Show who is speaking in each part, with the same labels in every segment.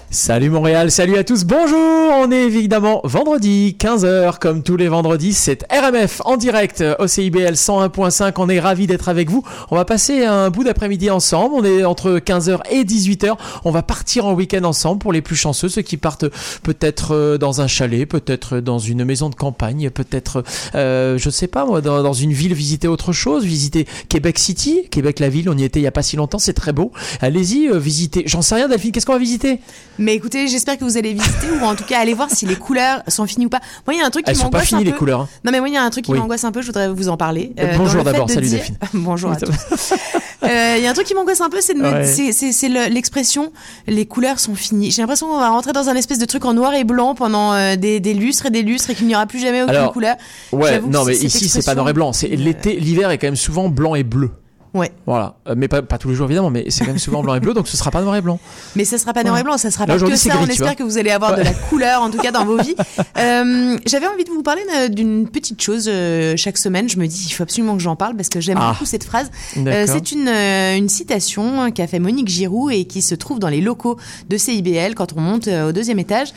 Speaker 1: Salut Montréal, salut à tous, bonjour. On est évidemment vendredi 15h comme tous les vendredis, c'est RMF en direct au CIBL 101.5. On est ravis d'être avec vous. On va passer un bout d'après-midi ensemble, on est entre 15h et 18h. On va partir en week-end ensemble pour les plus chanceux, ceux qui partent peut-être dans un chalet, peut-être dans une maison de campagne, peut-être je sais pas moi, dans une ville, visiter autre chose, visiter Québec City, Québec la ville, on y était il y a pas si longtemps, c'est très beau. Allez-y, visiter, j'en sais rien Delphine, qu'est-ce qu'on va visiter?
Speaker 2: Mais écoutez, j'espère que vous allez visiter ou en tout cas aller voir si les couleurs sont finies ou pas. Moi, il y a un truc qui m'angoisse un peu. Elles sont pas finies
Speaker 1: les couleurs. Hein.
Speaker 2: Non mais moi, il y a un truc qui m'angoisse un peu, je voudrais vous en parler.
Speaker 1: Bonjour d'abord, salut Delphine.
Speaker 2: Bonjour à tous. Il y a un truc qui m'angoisse un peu, c'est l'expression les couleurs sont finies. J'ai l'impression qu'on va rentrer dans un espèce de truc en noir et blanc pendant des lustres et qu'il n'y aura plus jamais aucune couleur.
Speaker 1: Ouais, non mais ici c'est pas noir et blanc, c'est l'hiver est quand même souvent blanc et bleu.
Speaker 2: Ouais.
Speaker 1: Voilà, mais pas tous les jours évidemment, mais c'est quand même souvent blanc et bleu, donc ce sera pas noir et blanc.
Speaker 2: Mais ça sera pas noir et blanc, ça sera pas que ça. On espère que vous allez avoir de la couleur, en tout cas dans vos vies. J'avais envie de vous parler d'une petite chose chaque semaine. Je me dis, il faut absolument que j'en parle parce que j'aime beaucoup cette phrase. C'est une citation qu'a fait Monique Giroux et qui se trouve dans les locaux de CIBL quand on monte au deuxième étage,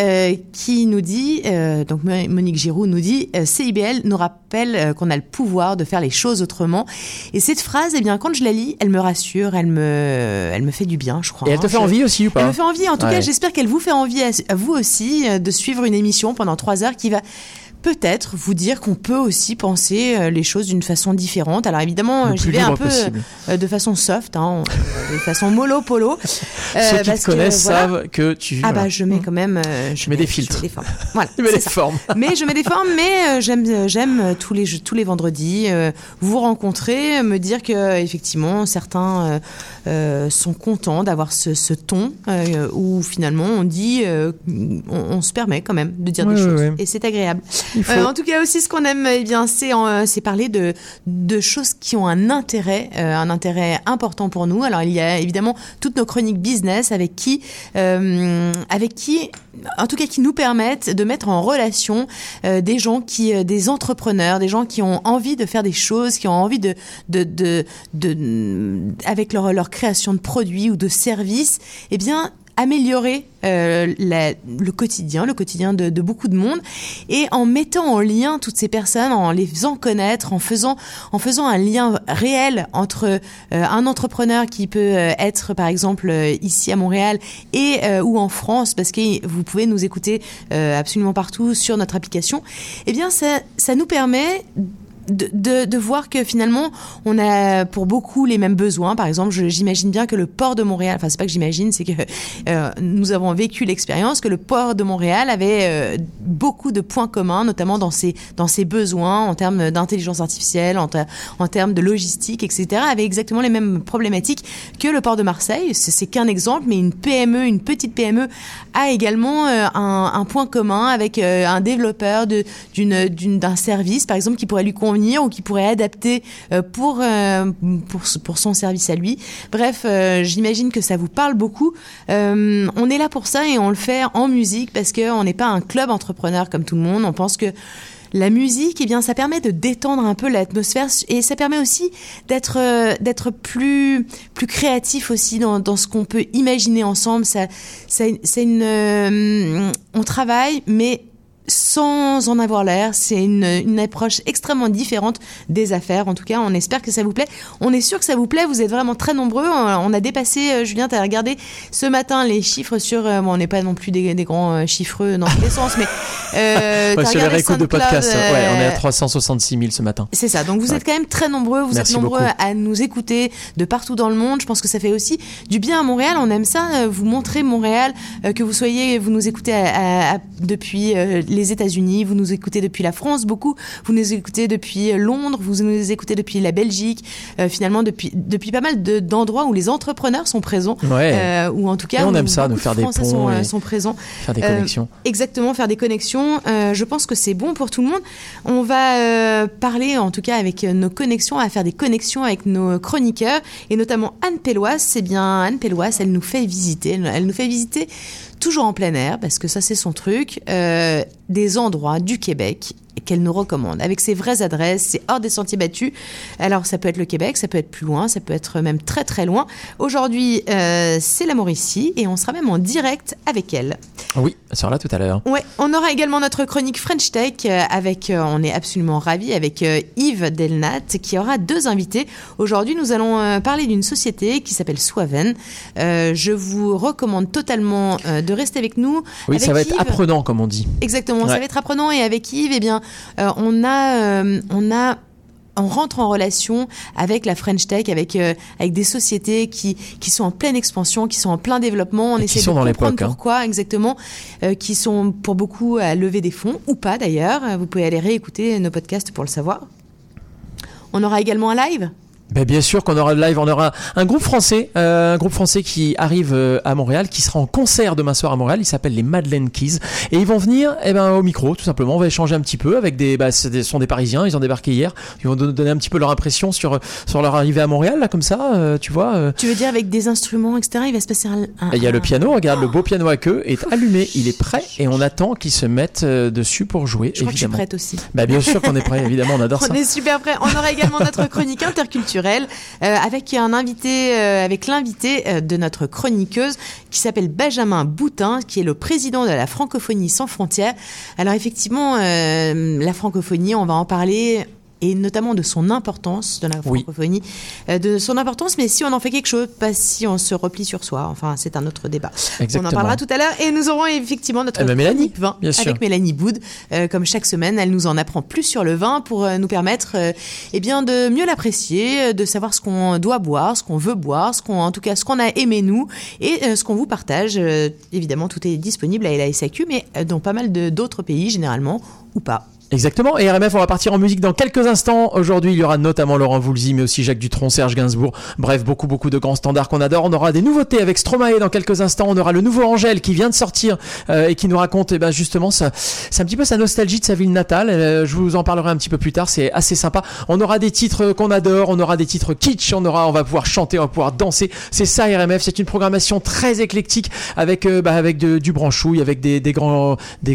Speaker 2: qui nous dit, donc Monique Giroux nous dit, CIBL nous rappelle qu'on a le pouvoir de faire les choses autrement. Et cette phrase, eh bien, quand je la lis, elle me rassure, elle me fait du bien, je crois.
Speaker 1: Et elle te fait envie aussi ou pas?
Speaker 2: Elle me fait envie. En tout cas, j'espère qu'elle vous fait envie à vous aussi de suivre une émission pendant 3 heures qui va peut-être vous dire qu'on peut aussi penser les choses d'une façon différente. Alors évidemment, j'y vais un peu de façon soft, de façon mollo polo.
Speaker 1: Ceux qui te connaissent savent que tu...
Speaker 2: Ah bah je mets quand même...
Speaker 1: je mets des filtres.
Speaker 2: Je mets des formes. Voilà,
Speaker 1: tu mets des formes.
Speaker 2: Mais je mets des formes, mais j'aime tous les vendredis vous rencontrer, me dire que effectivement certains sont contents d'avoir ce ton où finalement on dit, on se permet quand même de dire des choses. Et c'est agréable. En tout cas aussi ce qu'on aime c'est parler de choses qui ont un intérêt important pour nous. Alors il y a évidemment toutes nos chroniques business avec qui en tout cas qui nous permettent de mettre en relation des gens des entrepreneurs, des gens qui ont envie de faire des choses, qui ont envie de avec leur création de produits ou de services, eh bien améliorer le quotidien de beaucoup de monde, et en mettant en lien toutes ces personnes, en les faisant connaître, en faisant un lien réel entre un entrepreneur qui peut être par exemple ici à Montréal et ou en France, parce que vous pouvez nous écouter absolument partout sur notre application. Eh bien ça nous permet de voir que finalement on a pour beaucoup les mêmes besoins. Par exemple, j'imagine bien que le port de Montréal, enfin c'est pas que j'imagine, c'est que nous avons vécu l'expérience que le port de Montréal avait beaucoup de points communs, notamment dans ses besoins en termes d'intelligence artificielle, en termes de logistique, etc., avec exactement les mêmes problématiques que le port de Marseille. C'est qu'un exemple, mais une petite PME a également un point commun avec un développeur d'un service, par exemple, qui pourrait lui convenir ou qui pourrait adapter pour son service à lui. Bref, j'imagine que ça vous parle beaucoup. On est là pour ça et on le fait en musique parce qu'on n'est pas un club entrepreneur comme tout le monde. On pense que la musique, eh bien, ça permet de détendre un peu l'atmosphère et ça permet aussi d'être plus créatif aussi dans ce qu'on peut imaginer ensemble. On travaille, mais sans en avoir l'air. C'est une approche extrêmement différente des affaires. En tout cas, on espère que ça vous plaît. On est sûr que ça vous plaît. Vous êtes vraiment très nombreux. On a dépassé, Julien, tu as regardé ce matin les chiffres sur... on n'est pas non plus des grands chiffreux dans tous les sens, mais...
Speaker 1: sur les réécoutes de podcast, on est à 366 000 ce matin.
Speaker 2: C'est ça. Donc vous êtes quand même très nombreux. Merci êtes nombreux beaucoup à nous écouter de partout dans le monde. Je pense que ça fait aussi du bien à Montréal. On aime ça, vous montrer Montréal, que vous nous écoutez depuis les États-Unis, vous nous écoutez depuis la France beaucoup, vous nous écoutez depuis Londres, vous nous écoutez depuis la Belgique, finalement depuis pas mal d'endroits où les entrepreneurs sont présents, ou en tout cas
Speaker 1: on aime ça, nous faire des ponts,
Speaker 2: sont présents,
Speaker 1: faire des connexions.
Speaker 2: Exactement, faire des connexions. Je pense que c'est bon pour tout le monde. On va parler, en tout cas avec nos connexions, à faire des connexions avec nos chroniqueurs, et notamment Anne Pelloise. C'est bien Anne Pelloise, elle nous fait visiter toujours en plein air, parce que ça c'est son truc, des endroits du Québec qu'elle nous recommande, avec ses vraies adresses, c'est hors des sentiers battus. Alors ça peut être le Québec, ça peut être plus loin, ça peut être même très très loin. Aujourd'hui, c'est la Mauricie et on sera même en direct avec elle.
Speaker 1: Oui, elle sera là tout à l'heure.
Speaker 2: Ouais, on aura également notre chronique French Tech avec, on est absolument ravis, avec Yves Delnat qui aura 2 invités. Aujourd'hui, nous allons parler d'une société qui s'appelle Swaven. Je vous recommande totalement de rester avec nous.
Speaker 1: Oui,
Speaker 2: avec
Speaker 1: ça va être
Speaker 2: Yves,
Speaker 1: apprenant, comme on dit.
Speaker 2: Exactement, ça va être apprenant. Et avec Yves, eh bien, on rentre en relation avec la French Tech, avec des sociétés qui sont en pleine expansion, qui sont en plein développement. On essaie de comprendre pourquoi exactement, qui sont pour beaucoup à lever des fonds, ou pas d'ailleurs. Vous pouvez aller réécouter nos podcasts pour le savoir. On aura également un live.
Speaker 1: Ben bien sûr qu'on aura le live, on aura un groupe français qui arrive à Montréal, qui sera en concert demain soir à Montréal. Il s'appelle les Madeleine Keys et ils vont venir au micro tout simplement. On va échanger un petit peu avec ce sont des Parisiens, ils ont débarqué hier. Ils vont donner un petit peu leur impression sur leur arrivée à Montréal là comme ça, tu vois.
Speaker 2: Tu veux dire avec des instruments etc. Il va se passer
Speaker 1: il y a le piano, regarde le beau piano à queue est allumé, il est prêt et on attend qu'ils se mettent dessus pour jouer.
Speaker 2: Je crois que je suis prête aussi.
Speaker 1: Ben bien sûr qu'on est prêt, évidemment, on adore ça.
Speaker 2: On est super prêt. On aura également notre chronique interculturelle. Avec un invité, avec l'invité de notre chroniqueuse qui s'appelle Benjamin Boutin, qui est le président de la Francophonie sans frontières. Alors effectivement, la francophonie, on va en parler. Et notamment de son importance, de la francophonie, de son importance, mais si on en fait quelque chose, pas si on se replie sur soi. Enfin, c'est un autre débat.
Speaker 1: Exactement.
Speaker 2: On en parlera tout à l'heure. Et nous aurons effectivement notre chronique vin avec Mélanie Boud. Comme chaque semaine, elle nous en apprend plus sur le vin pour nous permettre de mieux l'apprécier, de savoir ce qu'on doit boire, ce qu'on veut boire, ce qu'on a aimé nous et ce qu'on vous partage. Évidemment, tout est disponible à la SAQ, mais dans pas mal d'autres pays, généralement, ou pas.
Speaker 1: Exactement, et RMF, on va partir en musique dans quelques instants. Aujourd'hui, il y aura notamment Laurent Voulzy, mais aussi Jacques Dutronc, Serge Gainsbourg. Bref, beaucoup de grands standards qu'on adore. On aura des nouveautés avec Stromae dans quelques instants. On aura le nouveau Angèle qui vient de sortir et qui nous raconte justement c'est un petit peu sa nostalgie de sa ville natale. Je vous en parlerai un petit peu plus tard, c'est assez sympa. On aura des titres qu'on adore, on aura des titres kitsch, on va pouvoir chanter, on va pouvoir danser. C'est ça RMF, c'est une programmation très éclectique avec du branchouille, avec des grands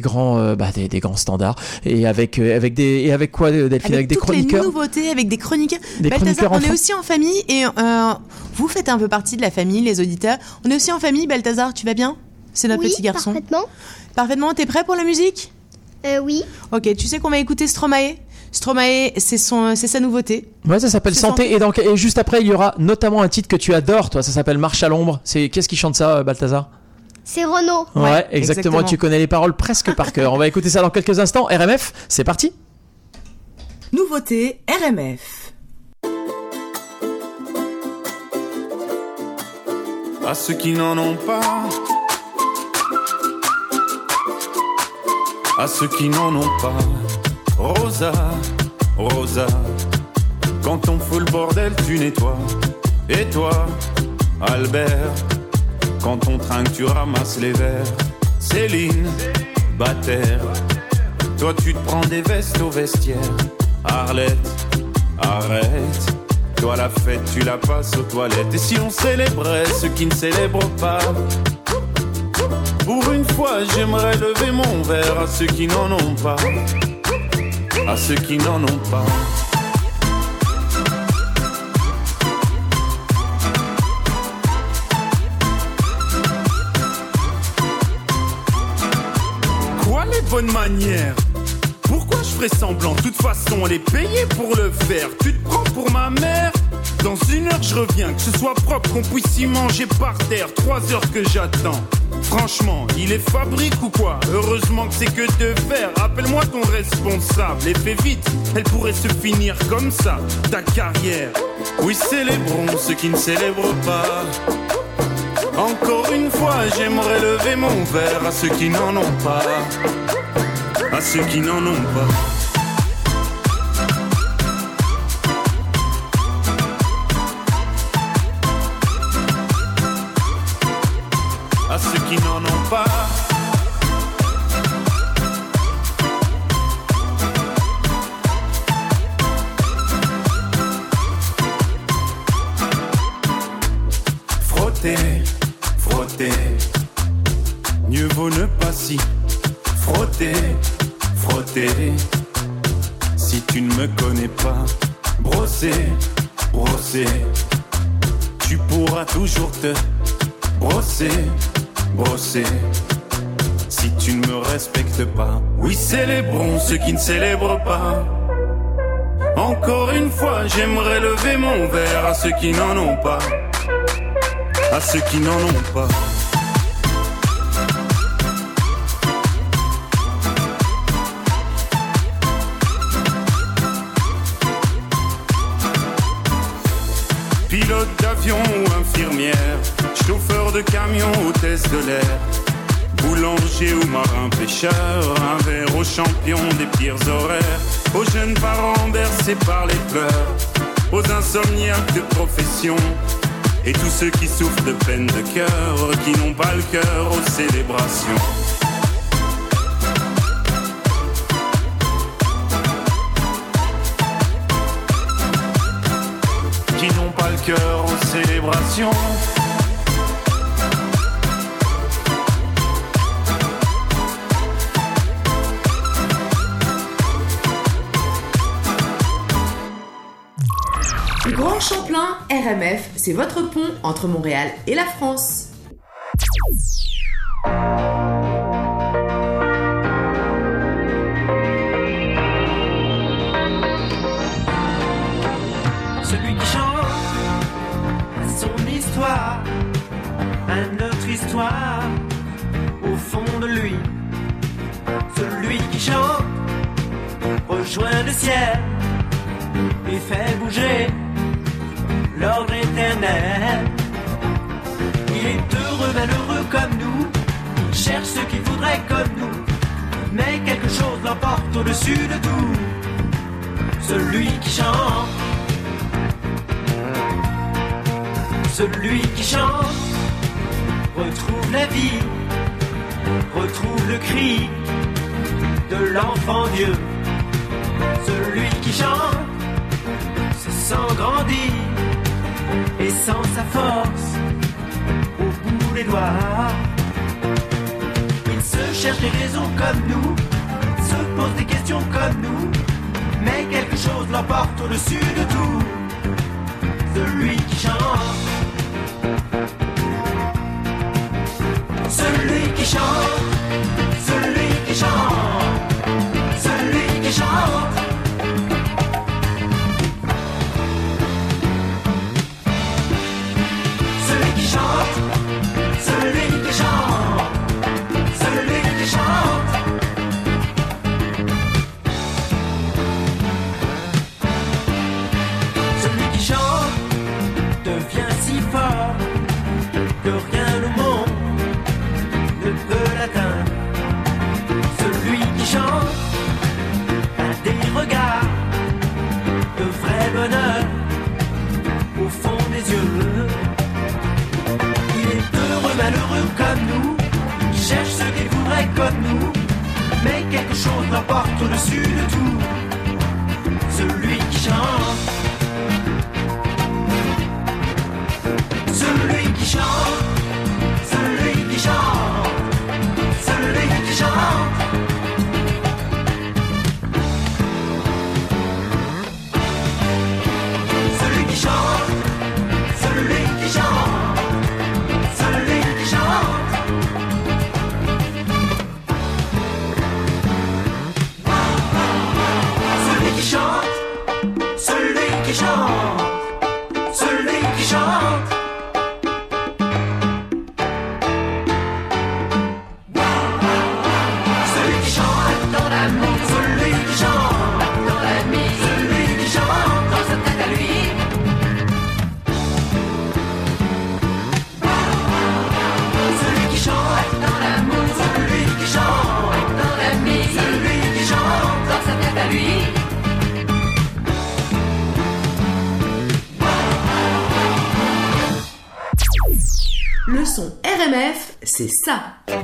Speaker 1: standards et avec quoi Delphine, avec des chroniqueurs,
Speaker 2: les nouveautés, avec des chroniqueurs. Balthazar, on est aussi en famille et vous faites un peu partie de la famille, les auditeurs. On est aussi en famille. Balthazar, tu vas bien? C'est notre petit garçon. Parfaitement. T'es prêt pour la musique?
Speaker 3: Oui.
Speaker 2: Ok, tu sais qu'on va écouter Stromae. Stromae, c'est sa nouveauté.
Speaker 1: Ouais, ça s'appelle Santé. Et juste après, il y aura notamment un titre que tu adores, toi. Ça s'appelle Marche à l'ombre. Qu'est-ce qui chante ça, Balthazar?
Speaker 3: C'est Renaud.
Speaker 1: Ouais, exactement. Tu connais les paroles presque par cœur. On va écouter ça dans quelques instants. RMF, c'est parti.
Speaker 4: Nouveauté RMF.
Speaker 5: À ceux qui n'en ont pas, à ceux qui n'en ont pas, Rosa, Rosa, quand on fout le bordel, tu nettoies. Et toi, Albert, quand on trinque, tu ramasses les verres. Céline, Bataire, toi tu te prends des vestes au vestiaire. Arlette, arrête, toi la fête tu la passes aux toilettes. Et si on célébrait ceux qui ne célèbrent pas, pour une fois j'aimerais lever mon verre à ceux qui n'en ont pas, à ceux qui n'en ont pas. Bonne manière. Pourquoi je ferais semblant? De toute façon, elle est payée pour le faire. Tu te prends pour ma mère? Dans 1 heure, je reviens. Que ce soit propre, qu'on puisse y manger par terre. 3 heures que j'attends. Franchement, il est fabrique ou quoi? Heureusement que c'est que de faire. Appelle-moi ton responsable et fais vite. Elle pourrait se finir comme ça, ta carrière. Oui, célébrons ceux qui ne célèbrent pas. Encore une fois, j'aimerais lever mon verre à ceux qui n'en ont pas, à ceux qui n'en ont pas. À ceux qui n'en ont pas. Frotter, frotter, mieux vaut ne pas s'y frotter, frotter. Si tu ne me connais pas, brosser, brosser, tu pourras toujours te brosser, brosser. Si tu ne me respectes pas, oui, célébrons ceux qui ne célèbrent pas. Encore une fois, j'aimerais lever mon verre à ceux qui n'en ont pas, à ceux qui n'en ont pas. Pilote d'avion ou infirmière, chauffeur de camion, hôtesse de l'air, boulanger ou marin pêcheur, un verre aux champions des pires horaires, aux jeunes parents bercés par les pleurs, aux insomniaques de profession, et tous ceux qui souffrent de peine de cœur, qui n'ont pas le cœur aux célébrations. Qui n'ont pas le cœur aux célébrations.
Speaker 2: Le Grand Champlain RMF, c'est votre pont entre Montréal et la France.
Speaker 4: Celui qui chante son histoire, à notre histoire, au fond de lui. Celui qui chante rejoint le ciel et fait bouger l'ordre éternel. Il est heureux, malheureux comme nous, il cherche ce qu'il voudrait comme nous, mais quelque chose l'emporte au-dessus de tout. Celui qui chante, celui qui chante, retrouve la vie, retrouve le cri de l'enfant Dieu. Celui qui chante se sent grandir et sent sa force au bout des doigts. Il se cherche des raisons comme nous, se pose des questions comme nous, mais quelque chose l'emporte au-dessus de tout. Celui qui chante, celui qui chante, celui qui chante, celui qui chante. Celui qui chante, celui qui chante, celui qui chante. Celui qui chante devient si fort que rien au monde ne peut l'atteindre. Celui qui chante a des regards de vrai bonheur au fond des yeux. Il est heureux, malheureux comme nous, il cherche ce qu'il voudrait comme nous, mais quelque chose l'emporte au-dessus de tout. Celui qui chante, celui qui chante, celui qui chante, celui qui chante. Celui qui chante, celui qui chante, celui qui chante. Celui qui chante, celui qui chante, celui qui chante. Celui qui chante dans l'amour, celui qui chante dans la nuit, celui qui chante dans sa tête à lui. Celui qui chante dans l'amour, celui qui chante dans la nuit, celui qui chante dans sa tête à lui.
Speaker 2: Le son RMF, c'est ça.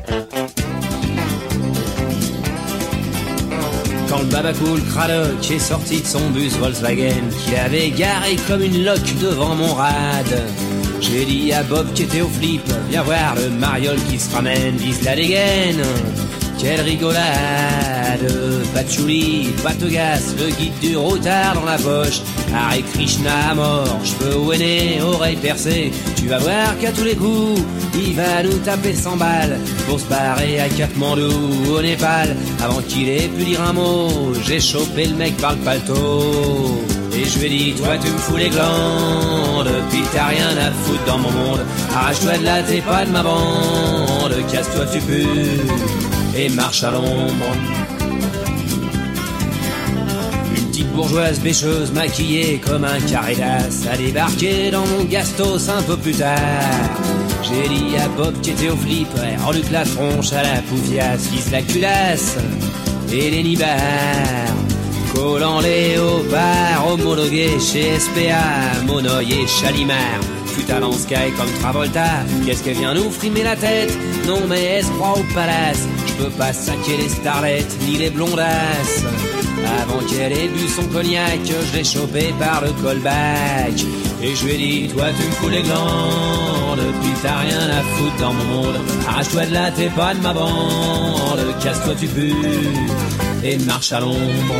Speaker 6: Quand le babacool Cradock est sorti de son bus Volkswagen qu'il avait garé comme une loque devant mon rad, j'ai dit à Bob qui était au flip, viens voir le mariole qui se ramène, vise la dégaine. quelle rigolade. Patchouli, Patogas, le guide du routard dans la poche. Hare Krishna à mort, cheveux au nez, oreilles percées. Tu vas voir qu'à tous les coups, il va nous taper 100 balles pour se barrer à Katmandou, au Népal. Avant qu'il ait pu dire un mot, j'ai chopé le mec par le paletot. Et je lui ai dit, toi tu me fous les glandes, puis t'as rien à foutre dans mon monde. Arrache-toi de là, t'es pas de ma bande, casse-toi tu pues, et marche à l'ombre. Une petite bourgeoise bêcheuse maquillée comme un carré d'as a débarqué dans mon gastos un peu plus tard. J'ai dit à Bob qui était au flipper, en Luc la tronche à la poufiasse, qui se la culasse, et les nibards. Collant léopard, homologué chez SPA, Monoï et Chalimard. Fut à Sky comme Travolta, qu'est-ce qu'elle vient nous frimer la tête? Non mais elle se croit au palace, je peux pas saquer les starlettes, ni les blondasses. Avant qu'elle ait bu son cognac, je l'ai chopé par le callback. Et je lui ai dit, toi tu me fous les glandes, puis t'as rien à foutre dans mon monde. Arrache-toi de là, t'es pas de ma bande, casse-toi tu pues, et marche à l'ombre.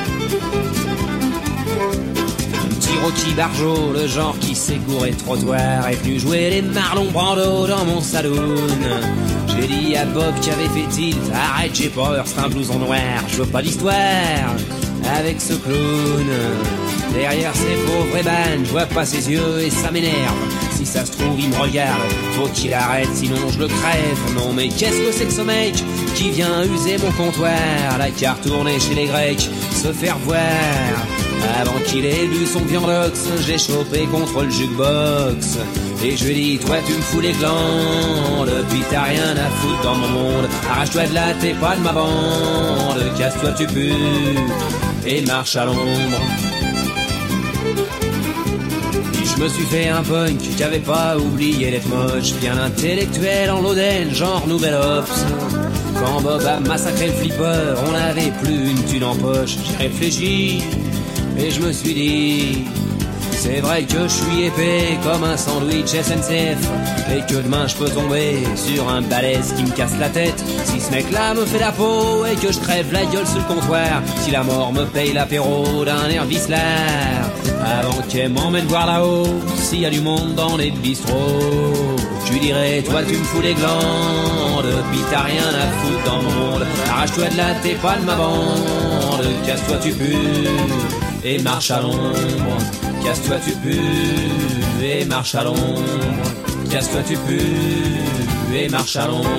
Speaker 6: Un petit Rocky Barjot, le genre qui s'est gouré de trottoir, est venu jouer les Marlon Brando dans mon saloon. J'ai dit à Bob qui avait fait tilt, arrête j'ai peur, c'est un blouson noir, je veux pas d'histoire avec ce clown. Derrière ces pauvres ébanes, je vois pas ses yeux et ça m'énerve. Si ça se trouve, il me regarde, faut qu'il arrête, sinon je le crève. Non mais qu'est-ce que c'est que ce mec qui vient user mon comptoir? La carte tournée chez les Grecs, se faire voir. Avant qu'il ait bu son viandox, j'ai chopé contre le jukebox. Et je lui ai dit, toi tu me fous les glandes, puis t'as rien à foutre dans mon monde. Arrache-toi de là, t'es pas de ma bande, casse-toi tu pues, et marche à l'ombre. Je me suis fait un punk qui avait pas oublié d'être moche, bien intellectuel en l'Oden, genre Nouvelle Ops. Quand Bob a massacré le flipper, on n'avait plus une thune en poche. J'ai réfléchi et je me suis dit, c'est vrai que je suis épais comme un sandwich SNCF, et que demain je peux tomber sur un balèze qui me casse la tête. Si ce mec là me fait la peau et que je crève la gueule sur le comptoir, si la mort me paye l'apéro d'un air vicelard, avant qu'elle m'emmène voir là-haut s'il y a du monde dans les bistrots, je lui dirais, toi tu me fous les glandes, puis t'as rien à foutre dans mon monde. Arrache-toi de là, t'es pas de ma bande, casse-toi tu pues, et marche à l'ombre. Casse-toi tu pues, et marche à l'ombre. Casse-toi tu pues, et marche à l'ombre.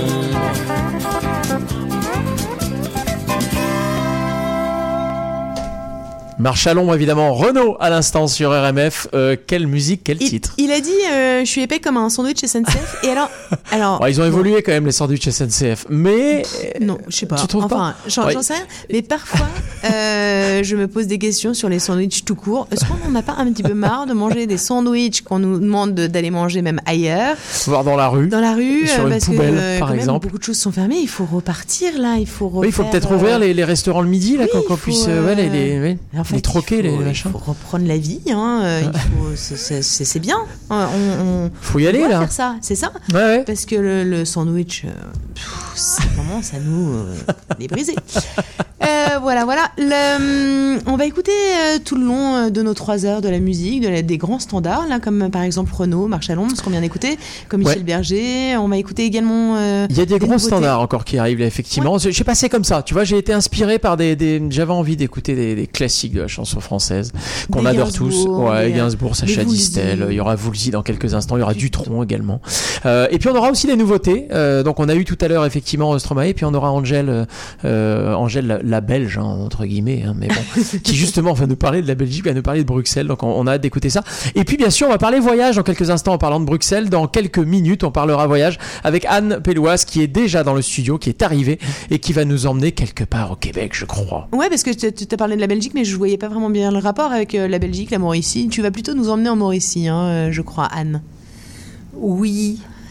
Speaker 1: Marche à l'ombre, évidemment. Renaud, à l'instant sur RMF. Quelle musique, quel titre.
Speaker 2: Il a dit je suis épais comme un sandwich SNCF. Et alors
Speaker 1: Ouais, ils ont évolué quand même, les sandwichs SNCF. Mais.
Speaker 2: Non, je sais pas.
Speaker 1: Tu trouves
Speaker 2: enfin,
Speaker 1: pas
Speaker 2: j'en sais rien. Mais parfois, je me pose des questions sur les sandwichs tout court. Est-ce qu'on n'en a pas un petit peu marre de manger des sandwichs qu'on nous demande d'aller manger même ailleurs?
Speaker 1: Voir dans la rue.
Speaker 2: Dans la rue,
Speaker 1: sur une
Speaker 2: parce
Speaker 1: poubelle,
Speaker 2: que
Speaker 1: par
Speaker 2: quand même,
Speaker 1: exemple.
Speaker 2: beaucoup de choses sont fermées. Il faut repartir là. Il faut refaire,
Speaker 1: Oui, il faut peut-être ouvrir les restaurants le midi, là,
Speaker 2: oui,
Speaker 1: qu'on puisse les troquer, les machins.
Speaker 2: Il faut reprendre la vie. C'est bien.
Speaker 1: Faut y aller,
Speaker 2: doit
Speaker 1: là.
Speaker 2: faire ça, c'est ça.
Speaker 1: Ouais.
Speaker 2: Parce que le sandwich, vraiment, ça nous est brisé. Voilà. On va écouter tout le long de nos 3 heures de la musique, des grands standards, là, comme par exemple Renaud, Marche à l'ombre, ce qu'on vient d'écouter, comme Michel Berger. On va écouter également.
Speaker 1: Il y a des gros
Speaker 2: nouveautés.
Speaker 1: standards encore qui arrivent là, effectivement. Ouais. J'ai passé comme ça, tu vois, j'ai été inspiré par j'avais envie d'écouter des classiques de la chanson française qu'on
Speaker 2: Des
Speaker 1: adore tous. Ouais, Gainsbourg, Sacha
Speaker 2: Woolsey.
Speaker 1: Distel, il y aura Woolsey dans quelques instants, il y aura Dutronc également. Et puis on aura aussi des nouveautés. Donc on a eu tout à l'heure effectivement Stromae, et puis on aura Angèle la Belge, entre guillemets, mais bon, qui justement va nous parler de la Belgique, va nous parler de Bruxelles. Donc on a hâte d'écouter ça. Et puis bien sûr on va parler voyage dans quelques instants en parlant de Bruxelles. Dans quelques minutes on parlera voyage avec Anne Pellouas qui est déjà dans le studio, qui est arrivée et qui va nous emmener quelque part au Québec, je crois.
Speaker 2: Ouais, parce que tu t'as parlé de la Belgique, mais je voyais pas vraiment bien le rapport avec la Belgique, la Mauricie. Tu vas plutôt nous emmener en Mauricie, je crois, Anne.
Speaker 7: Oui,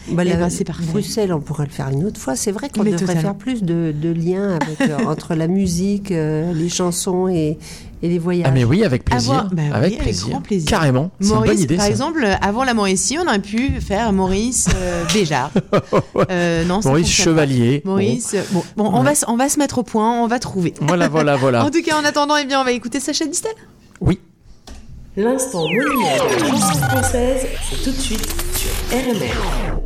Speaker 2: c'est parfait.
Speaker 7: Bruxelles, on pourrait le faire une autre fois. C'est vrai qu'on
Speaker 2: Mais
Speaker 7: devrait
Speaker 2: totalement.
Speaker 7: faire plus de liens avec, entre la musique, les chansons et les voyages.
Speaker 1: Ah mais oui, avec plaisir.
Speaker 2: Avec grand plaisir.
Speaker 1: Carrément. C'est une
Speaker 2: Maurice,
Speaker 1: bonne idée,
Speaker 2: par
Speaker 1: ça.
Speaker 2: exemple, avant la Mauricie, on aurait pu faire Maurice Béjart. Non, ça
Speaker 1: Maurice
Speaker 2: fonctionne
Speaker 1: Chevalier.
Speaker 2: pas. Maurice, bon, on va se mettre au point, on va trouver.
Speaker 1: Voilà.
Speaker 2: En tout cas, en attendant, eh bien, on va écouter Sacha Distel.
Speaker 1: Oui.
Speaker 8: L'instant Molière de la chanson française, c'est tout de suite sur RMR.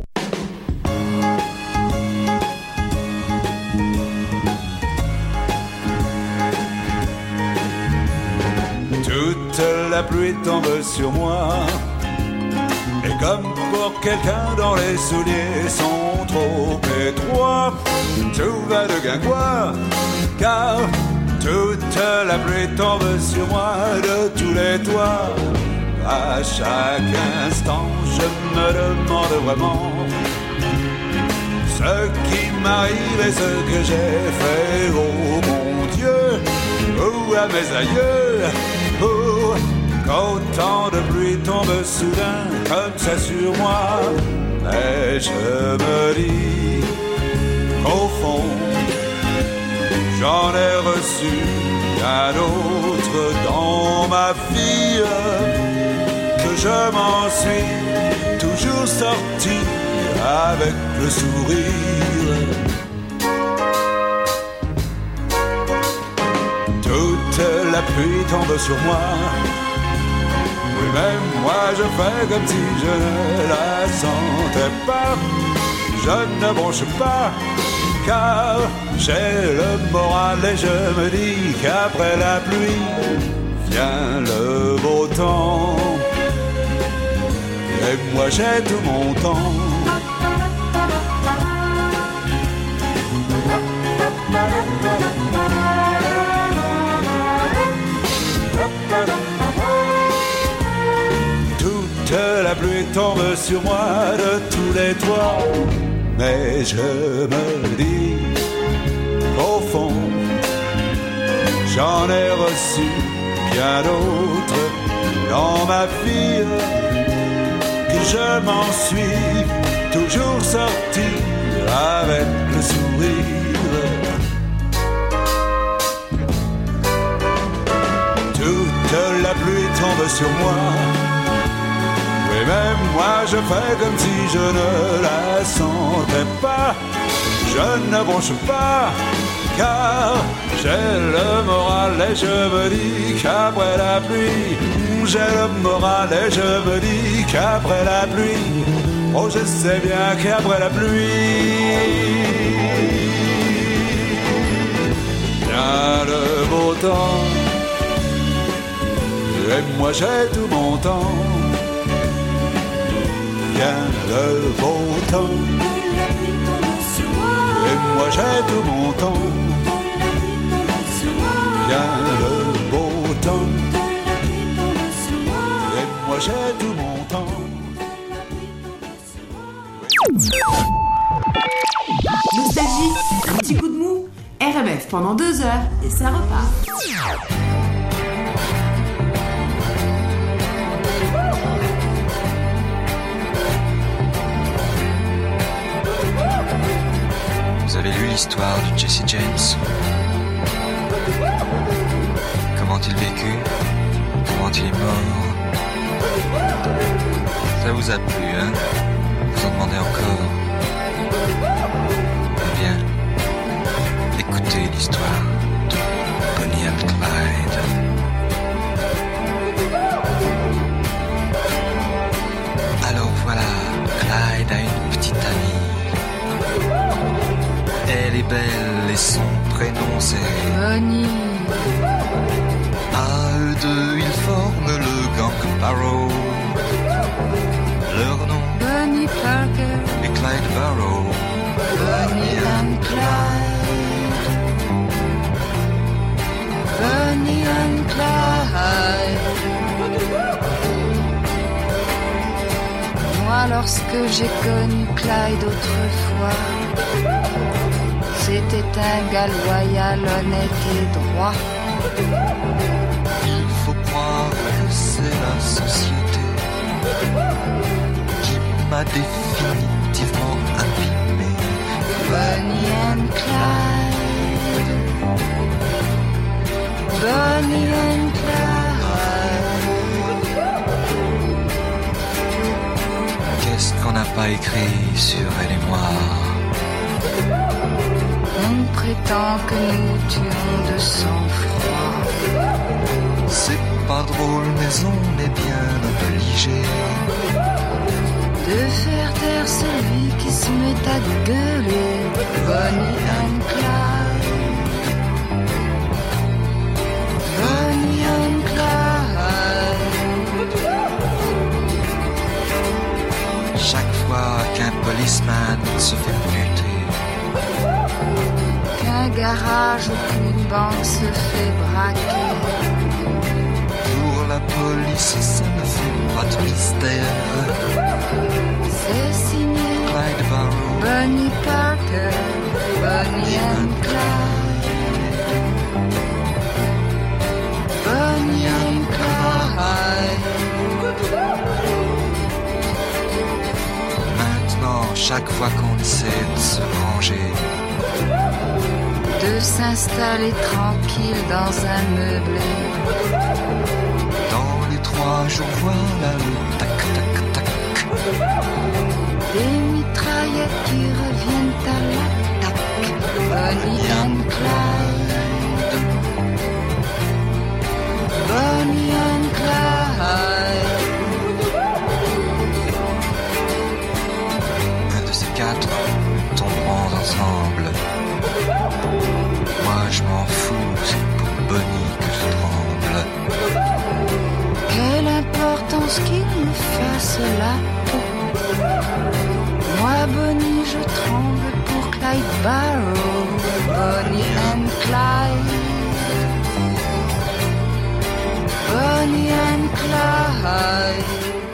Speaker 9: Toute la pluie tombe sur moi. Et comme pour quelqu'un dont les souliers sont trop étroits, tout va de guingois, car toute la pluie tombe sur moi de tous les toits. À chaque instant, je me demande vraiment ce qui m'arrive et ce que j'ai fait. Oh mon Dieu, ou à mes aïeux, oh, qu'autant de pluie tombe soudain comme ça sur moi. Mais je me dis qu'au fond, j'en ai reçu un autre dans ma vie, que je m'en suis toujours sorti avec le sourire. Toute la pluie tombe sur moi. Oui, même moi je fais comme si je ne la sentais pas. Je ne bronche pas, car j'ai le moral et je me dis qu'après la pluie vient le beau temps. Et moi j'ai tout mon temps. Toute la pluie tombe sur moi de tous les toits. Mais je me dis qu'au fond, j'en ai reçu bien d'autres dans ma vie, que je m'en suis toujours sorti avec le sourire. Toute la pluie tombe sur moi. Oui, même moi je fais comme si je ne la sentais pas. Je ne bronche pas, car j'ai le moral et je me dis qu'après la pluie, j'ai le moral et je me dis qu'après la pluie, oh je sais bien qu'après la pluie vient le beau temps. Et moi j'ai tout mon temps. Vient le beau temps. Et moi j'ai tout mon temps. Vient le beau temps. Et moi j'ai tout mon temps.
Speaker 2: Nostalgie, un petit coup de mou, RMF pendant 2 heures et ça repart.
Speaker 10: Vous avez lu l'histoire de Jesse James? Comment il vécut? Comment il est mort? Ça vous a plu, hein? Vous en demandez encore? Eh bien, écoutez l'histoire de Bonnie and Clyde. Alors voilà, Clyde a une petite amie. Elle est belle et son prénom c'est
Speaker 11: Bonnie.
Speaker 10: À eux deux ils forment le gang Barrow. Leur nom
Speaker 11: Bonnie Parker
Speaker 10: et Clyde Barrow.
Speaker 11: Bonnie and Clyde. Bonnie and Clyde. Moi lorsque j'ai connu Clyde autrefois, c'était un gars loyal, honnête et droit.
Speaker 10: Il faut croire que c'est la société qui m'a définitivement
Speaker 11: Bonnie and Clyde, Bonnie and Clyde.
Speaker 10: Qu'est-ce qu'on n'a pas écrit sur elle et moi?
Speaker 11: On prétend que nous tuons de sang-froid.
Speaker 10: C'est pas drôle mais on est bien obligé
Speaker 11: de faire taire celui qui se met à gueuler. Bonnie and Clyde, Bonnie and Clyde.
Speaker 10: chaque fois qu'un policeman se fait buter,
Speaker 11: qu'un garage ou qu'une banque se fait braquer.
Speaker 10: pour la police ça ne fait pas de mystère.
Speaker 11: C'est signé
Speaker 10: Clyde Barrow,
Speaker 11: Bonnie Parker, Bonnie and Clyde, Bonnie and Clyde.
Speaker 10: Maintenant, chaque fois qu'on essaie de se ranger,
Speaker 11: de s'installer tranquille dans un meublé,
Speaker 10: dans les 3 jours, voilà le tac tac tac.
Speaker 11: des mitraillettes qui reviennent à l'attaque. Bonnie and Clyde, Bonnie and Clyde.
Speaker 10: Un de ces 4 tomberont ensemble. Moi je m'en fous, c'est pour Bonnie que je tremble.
Speaker 11: Quelle importance qu'il me fasse la peau. Moi, Bonnie, je tremble pour Clyde Barrow. Bonnie and Clyde, Bonnie and Clyde.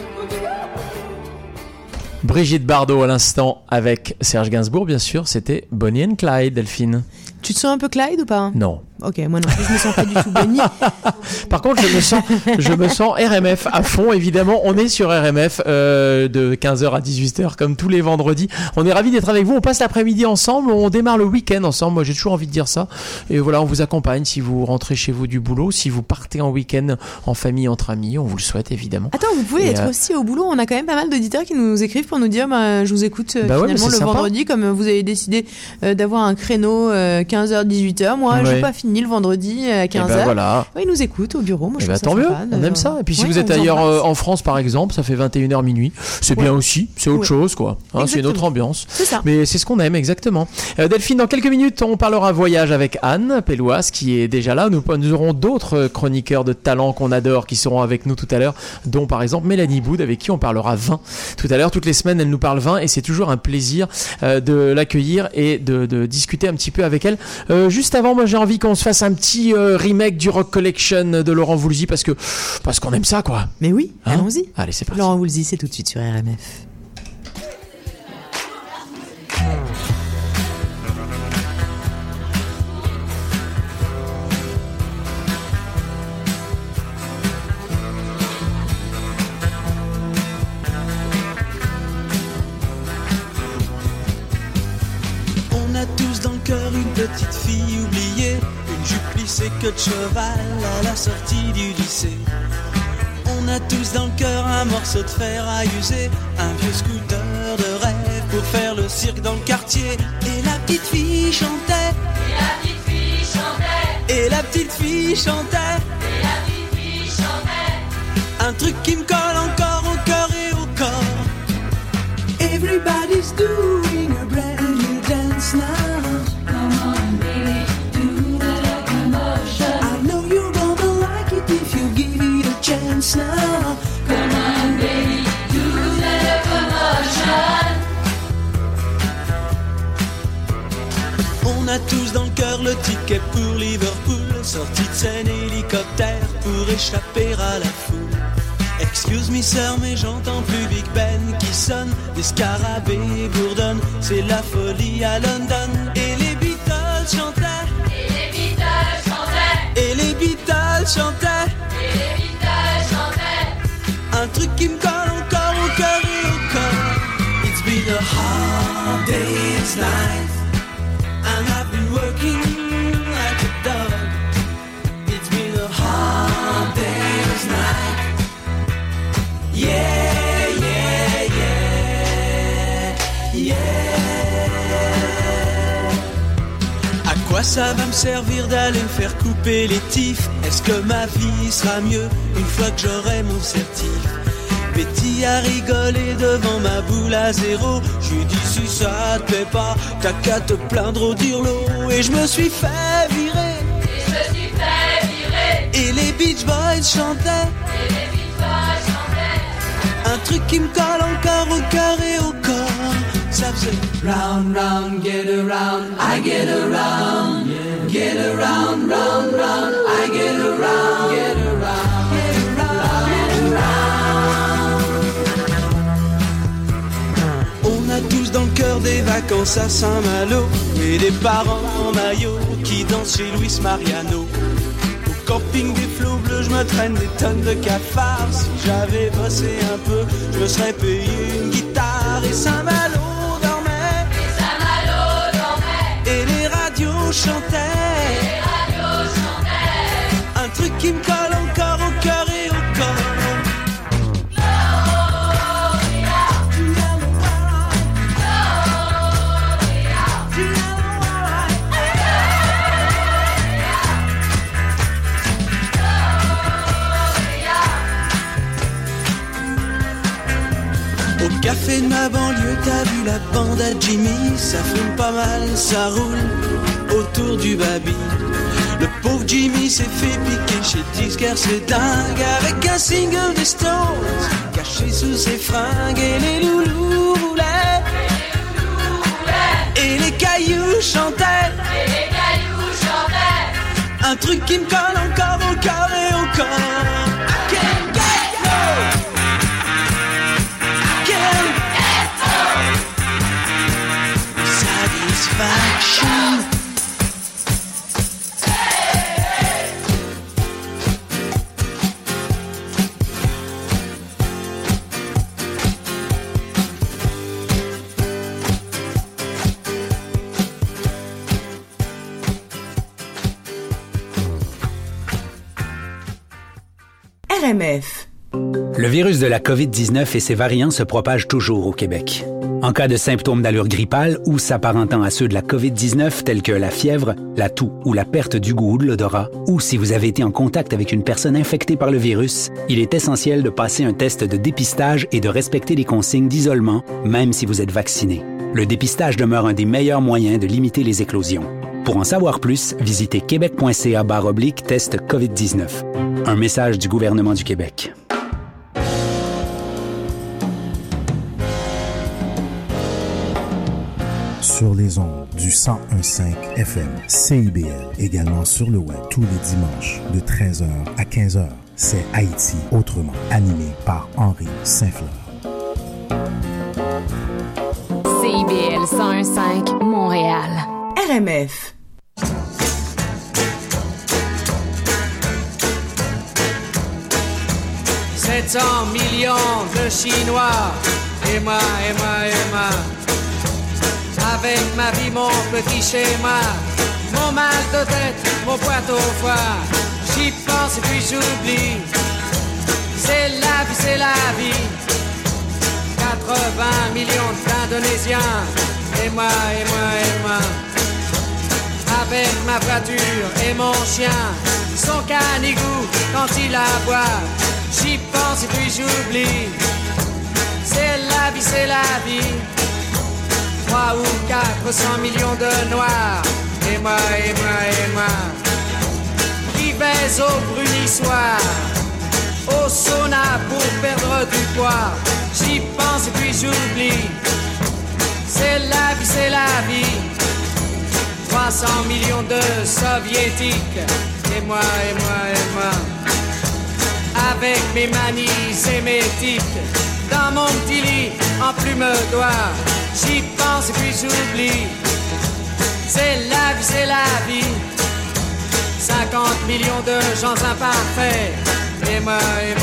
Speaker 1: Brigitte Bardot à l'instant avec Serge Gainsbourg, bien sûr, c'était Bonnie and Clyde, Delphine.
Speaker 2: Tu te sens un peu Clyde ou pas?
Speaker 1: Non.
Speaker 2: Ok, moi non plus, je me sens pas du tout Bonnie.
Speaker 1: Par contre, je me sens RMF à fond, évidemment. On est sur RMF de 15h à 18h, comme tous les vendredis. On est ravis d'être avec vous. On passe l'après-midi ensemble. On démarre le week-end ensemble. Moi, j'ai toujours envie de dire ça. Et voilà, on vous accompagne si vous rentrez chez vous du boulot, si vous partez en week-end en famille, entre amis. On vous le souhaite, évidemment.
Speaker 2: Attends, vous pouvez être aussi au boulot. On a quand même pas mal d'auditeurs qui nous écrivent pour nous dire je vous écoute finalement le
Speaker 1: sympa.
Speaker 2: vendredi, comme vous avez décidé d'avoir un créneau 15h-18h. Moi, j'ai pas fini le vendredi à 15h.
Speaker 1: Voilà.
Speaker 2: Ouais, ils nous écoutent au bureau. Moi, je trouve ça
Speaker 1: tant mieux,
Speaker 2: sympa,
Speaker 1: on aime ça. Et puis si vous êtes ailleurs en France, par exemple, ça fait 21h minuit. C'est bien aussi, c'est autre chose, quoi. Hein, c'est une autre ambiance.
Speaker 2: C'est ça.
Speaker 1: Mais c'est ce qu'on aime, exactement. Delphine, dans quelques minutes, on parlera voyage avec Anne Pellouas, qui est déjà là. Nous aurons d'autres chroniqueurs de talent qu'on adore, qui seront avec nous tout à l'heure, dont par exemple Mélanie Boud, avec qui on parlera vin tout à l'heure. Toutes les semaines, elle nous parle vin et c'est toujours un plaisir de l'accueillir et de discuter un petit peu avec elle. Juste avant, moi j'ai envie qu'on se fasse un petit remake du Rock Collection de Laurent Voulzy parce qu'on aime ça, quoi.
Speaker 2: Mais oui, allons-y.
Speaker 1: Allez, c'est parti.
Speaker 2: Laurent Voulzy, c'est tout de suite sur RMF.
Speaker 12: On a tous dans le cœur une petite fille oubliée, une jupe plissée queue de cheval à la sortie du lycée. On a tous dans le cœur un morceau de fer à user, un vieux scooter de rêve pour faire le cirque dans le quartier. Et la petite fille chantait, et la petite fille chantait, et la petite fille chantait, et la petite fille chantait. Un truc qui me colle encore au cœur et au corps. Everybody's doing a brand new dance now. Come on, baby, do the locomotion. I know you're gonna like it if you give it a chance now. Come on, baby, do the locomotion. On a tous dans le cœur le ticket pour Liverpool, sortie de scène hélicoptère pour échapper à la foule. Excuse me sœur, mais j'entends plus Big Ben qui sonne, des scarabées bourdonnent, c'est la folie à London. Et les Beatles chantaient, et les Beatles chantaient, et les Beatles chantaient, et les Beatles chantaient. Un truc qui me colle encore au cœur et au corps. It's been a hard day's night, quoi ça va me servir d'aller me faire couper les tifs? Est-ce que ma vie sera mieux une fois que j'aurai mon certif? Betty a rigolé devant ma boule à zéro. J'ai dit si ça te plaît pas, t'as qu'à te plaindre au dirlo. Et je me suis fait virer. Et les Beach Boys chantaient. Un truc qui me colle encore au cœur et au corps. Ça faisait round, round, get around, I get around. Get around, round, round, I get around. Get around, get around, get around. On a tous dans le cœur des vacances à Saint-Malo et des parents en maillot qui dansent chez Luis Mariano. Camping des flots bleus, je me traîne des tonnes de cafards. Si j'avais bossé un peu, je me serais payé une guitare. Et Saint-Malo dormait. Et les radios chantaient. Un truc qui me colle encore au cœur et au corps. Au café de ma banlieue, t'as vu la bande à Jimmy? Ça fume pas mal, ça roule autour du baby. Le pauvre Jimmy s'est fait piquer chez Disquaire, c'est dingue. Avec un single des Stones caché sous ses fringues. Et les loulous roulaient. Et les cailloux chantaient. Un truc qui me colle encore au cœur et au corps. I can't get no. Satisfaction.
Speaker 8: RMF.
Speaker 13: Le virus de la COVID-19 et ses variants se propagent toujours au Québec. En cas de symptômes d'allure grippale ou s'apparentant à ceux de la COVID-19 tels que la fièvre, la toux ou la perte du goût ou de l'odorat, ou si vous avez été en contact avec une personne infectée par le virus, il est essentiel de passer un test de dépistage et de respecter les consignes d'isolement, même si vous êtes vacciné. Le dépistage demeure un des meilleurs moyens de limiter les éclosions. Pour en savoir plus, visitez québec.ca/test COVID-19. Un message du gouvernement du Québec.
Speaker 14: Sur les ondes du 101.5 FM CIBL, également sur le web tous les dimanches de 13h à 15h. C'est Haïti autrement, animé par Henri Saint-Fleur.
Speaker 15: CIBL 101.5 Montréal.
Speaker 8: RMF. «
Speaker 16: 700 millions de Chinois, et moi, avec ma vie, mon petit schéma, mon mal de tête, mon poids au foie, j'y pense et puis j'oublie. C'est la vie, 80 millions d'Indonésiens, et moi, avec ma voiture et mon chien, son canigou quand il aboie, j'y pense et puis j'oublie. C'est la vie. 3 ou 400 millions de noirs. Et moi, qui baise au brunissoir, au sauna pour perdre du poids. J'y pense et puis j'oublie. C'est la vie. 300 millions de soviétiques. Et moi, avec mes manies et mes tics, dans mon petit lit en plume d'oie, j'y pense et puis j'oublie. C'est la vie. 50 millions de gens imparfaits. Et moi,